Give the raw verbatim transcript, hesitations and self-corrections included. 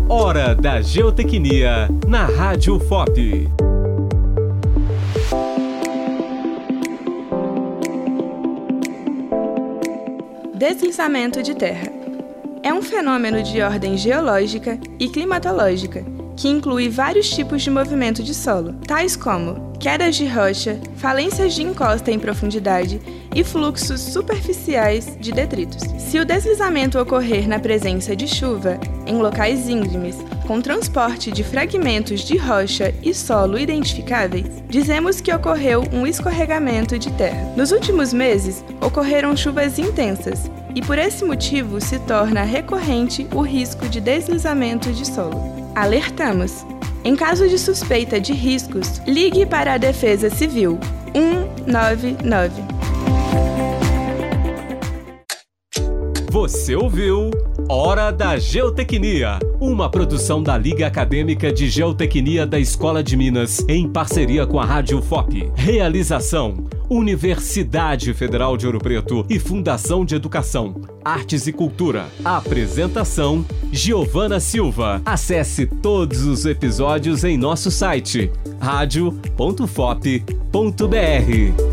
Hora da Geotecnia, na Rádio F O P. Deslizamento de terra. É um fenômeno de ordem geológica e climatológica, que inclui vários tipos de movimento de solo, tais como quedas de rocha, falências de encosta em profundidade e fluxos superficiais de detritos. Se o deslizamento ocorrer na presença de chuva, em locais íngremes, com transporte de fragmentos de rocha e solo identificáveis, dizemos que ocorreu um escorregamento de terra. Nos últimos meses, ocorreram chuvas intensas, e por esse motivo se torna recorrente o risco de deslizamento de solo. Alertamos! Em caso de suspeita de riscos, ligue para a Defesa Civil um nove nove. Você ouviu Hora da Geotecnia, uma produção da Liga Acadêmica de Geotecnia da Escola de Minas, em parceria com a Rádio F O P. Realização: Universidade Federal de Ouro Preto e Fundação de Educação, Artes e Cultura. Apresentação: Giovana Silva. Acesse todos os episódios em nosso site rádio ponto f o p ponto b r.